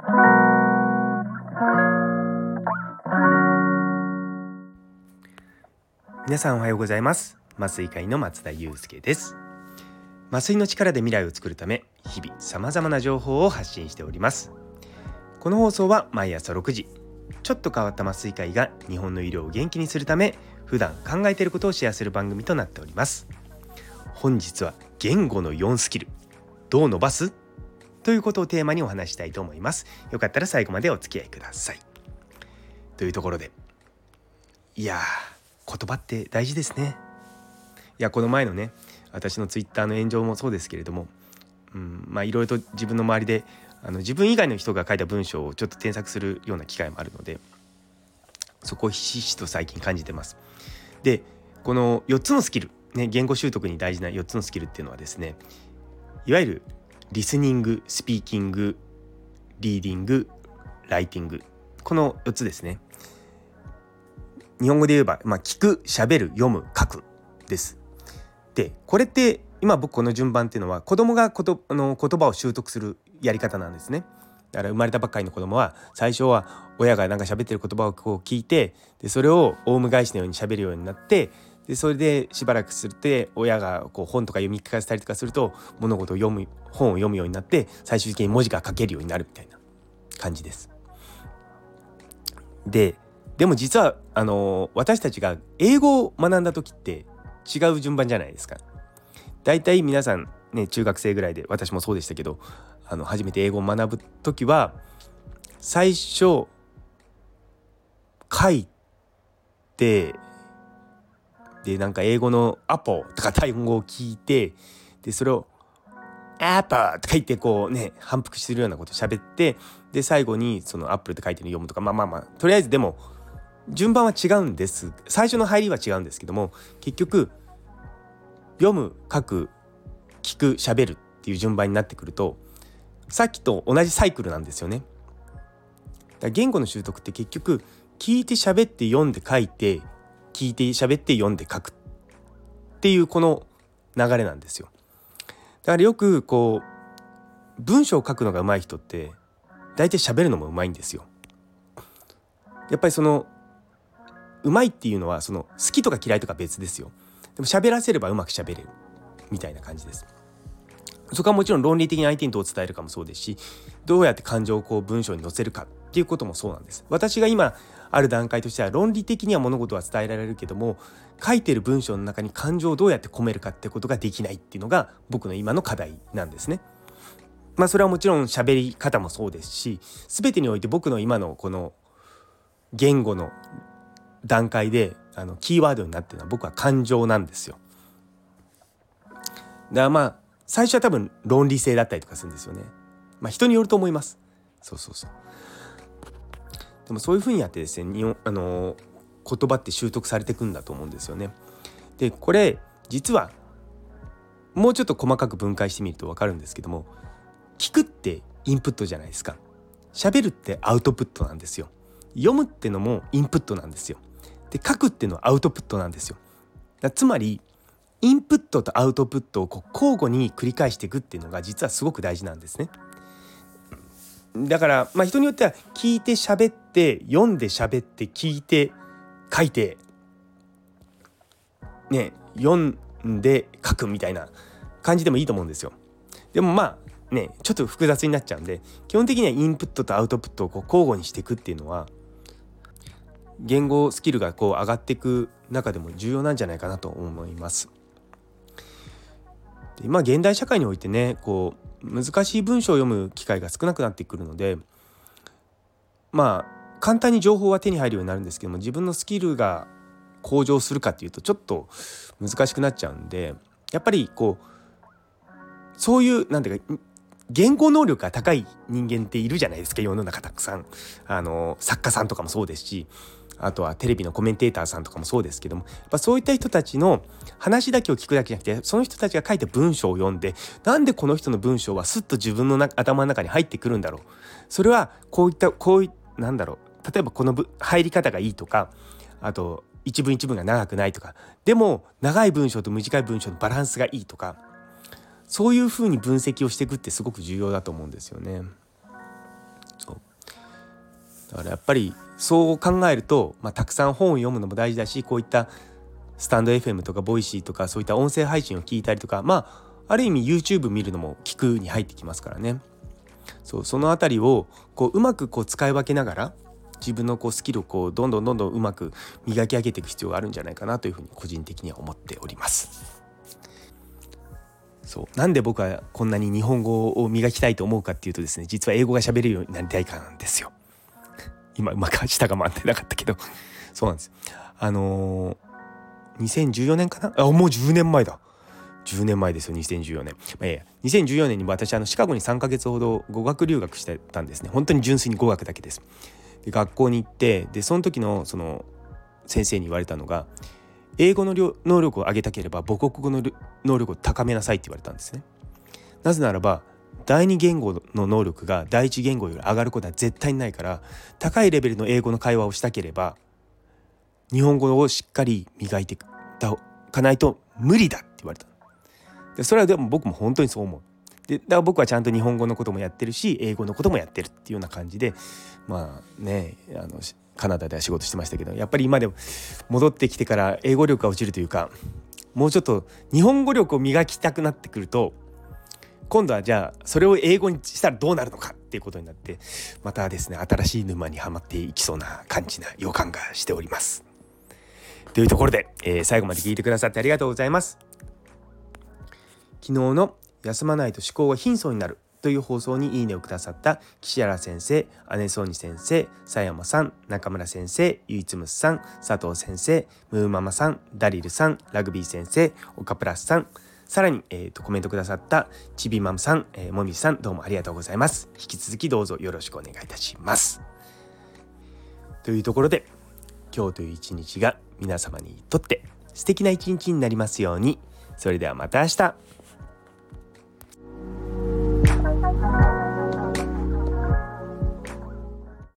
皆さんおはようございます。麻酔科医の松田祐介です。麻酔の力で未来を作るため、日々様々な情報を発信しております。この放送は毎朝6時、ちょっと変わった麻酔科医が日本の医療を元気にするため、普段考えていることをシェアする番組となっております。本日は言語の4スキル、どう伸ばす？ということをテーマにお話したいと思います。よかったら最後までお付き合いください。というところで、言葉って大事ですね。この前のね、私のツイッターの炎上もそうですけれども、いろいろと自分の周りで自分以外の人が書いた文章をちょっと添削するような機会もあるので、そこをひしひしと最近感じてます。で、この4つのスキル、言語習得に大事な4つのスキルっていうのはですね、いわゆるリスニング、スピーキング、リーディング、ライティング、この4つですね。日本語で言えば、聞く、喋る、読む、書くです。で、これって今僕この順番っていうのは子供が言葉を習得するやり方なんですね。だから生まれたばっかりの子供は最初は親がなんか喋ってる言葉をこう聞いて、でそれをオウム返しのように喋るようになって、でそれでしばらくすると親がこう本とか読み聞かせたりとかすると本を読むようになって、最終的に文字が書けるようになるみたいな感じです。でも実は私たちが英語を学んだ時って違う順番じゃないですか。だいたい皆さんね、中学生ぐらいで、私もそうでしたけど、初めて英語を学ぶ時は最初書いて、でなんか英語のアポとか単語を聞いて、でそれをアップルとか言ってこうね、反復するようなことを喋って、で最後にそのアップルって書いてるの読むとか、とりあえずでも順番は違うんです。最初の入りは違うんですけども、結局読む、書く、聞く、喋るっていう順番になってくると、さっきと同じサイクルなんですよね。だから言語の習得って結局聞いて喋って読んで書いて、聞いて喋って読んで書くっていうこの流れなんですよ。だからよくこう文章を書くのが上手い人って大体喋るのも上手いんですよ。やっぱりその上手いっていうのはその好きとか嫌いとか別ですよ。でも喋らせればうまく喋れるみたいな感じです。そこはもちろん論理的に相手にどう伝えるかもそうですし、どうやって感情をこう文章に乗せるかっていうこともそうなんです。私が今ある段階としては論理的には物事は伝えられるけども、書いてる文章の中に感情をどうやって込めるかってことができないっていうのが僕の今の課題なんですね。それはもちろん喋り方もそうですし、全てにおいて僕の今のこの言語の段階でキーワードになっているのは僕は感情なんですよ。だから最初は多分論理性だったりとかするんですよね。人によると思います。そうでもそういうふうにやってですね、言葉って習得されていくんだと思うんですよね。でこれ実はもうちょっと細かく分解してみると分かるんですけども、聞くってインプットじゃないですか。喋るってアウトプットなんですよ。読むってのもインプットなんですよ。で書くってのはアウトプットなんですよ。つまりインプットとアウトプットを交互に繰り返していくっていうのが実はすごく大事なんですね。だから人によっては聞いて喋って読んで喋って聞いて書いて読んで書くみたいな感じでもいいと思うんですよ。でもちょっと複雑になっちゃうんで、基本的にはインプットとアウトプットを交互にしていくっていうのは言語スキルが上がっていく中でも重要なんじゃないかなと思います。今現代社会においてね、難しい文章を読む機会が少なくなってくるので、簡単に情報は手に入るようになるんですけども、自分のスキルが向上するかっていうとちょっと難しくなっちゃうんで、やっぱりそういう言語能力が高い人間っているじゃないですか、世の中たくさん。作家さんとかもそうですし、あとはテレビのコメンテーターさんとかもそうですけども、そういった人たちの話だけを聞くだけじゃなくて、その人たちが書いた文章を読んで、なんでこの人の文章はスッと自分の頭の中に入ってくるんだろう、それは例えばこの入り方がいいとか、あと一文一文が長くないとか、でも長い文章と短い文章のバランスがいいとか、そういうふうに分析をしていくってすごく重要だと思うんですよね。そうだからやっぱりそう考えると、たくさん本を読むのも大事だし、こういったスタンド FM とかボイシーとかそういった音声配信を聞いたりとか、ある意味 YouTube 見るのも聞くに入ってきますからね。そのあたりをうまく使い分けながら自分のスキルをどんどんうまく磨き上げていく必要があるんじゃないかなというふうに個人的には思っております。なんで僕はこんなに日本語を磨きたいと思うかっていうとですね、実は英語が喋れるようになりたいからなんですよ。今うまく舌が回ってなかったけどそうなんです。2014年かな、もう10年前だ。10年前ですよ、2014年。2014年に私シカゴに3ヶ月ほど語学留学してたんですね。本当に純粋に語学だけです。で学校に行って、でその時のその先生に言われたのが、英語の能力を上げたければ母国語の能力を高めなさいって言われたんですね。なぜならば第二言語の能力が第一言語より上がることは絶対にないから、高いレベルの英語の会話をしたければ日本語をしっかり磨いていかないと無理だって言われた。でそれはでも僕も本当にそう思う。でだから僕はちゃんと日本語のこともやってるし英語のこともやってるっていうような感じで、カナダでは仕事してましたけど、やっぱり今でも戻ってきてから英語力が落ちるというか、もうちょっと日本語力を磨きたくなってくると、今度はじゃあそれを英語にしたらどうなるのかっていうことになって、またですね新しい沼にはまっていきそうな感じな予感がしております。というところで、最後まで聞いてくださってありがとうございます。昨日の休まないと思考が貧相になるという放送にいいねをくださった岸原先生、姉ソニ先生、佐山さん、中村先生、ゆいつむさん、佐藤先生、ムーママさん、ダリルさん、ラグビー先生、岡プラスさん、さらに、コメントくださったちびマムさん、もみさん、どうもありがとうございます。引き続きどうぞよろしくお願いいたします。というところで、今日という一日が皆様にとって素敵な一日になりますように。それではまた明日。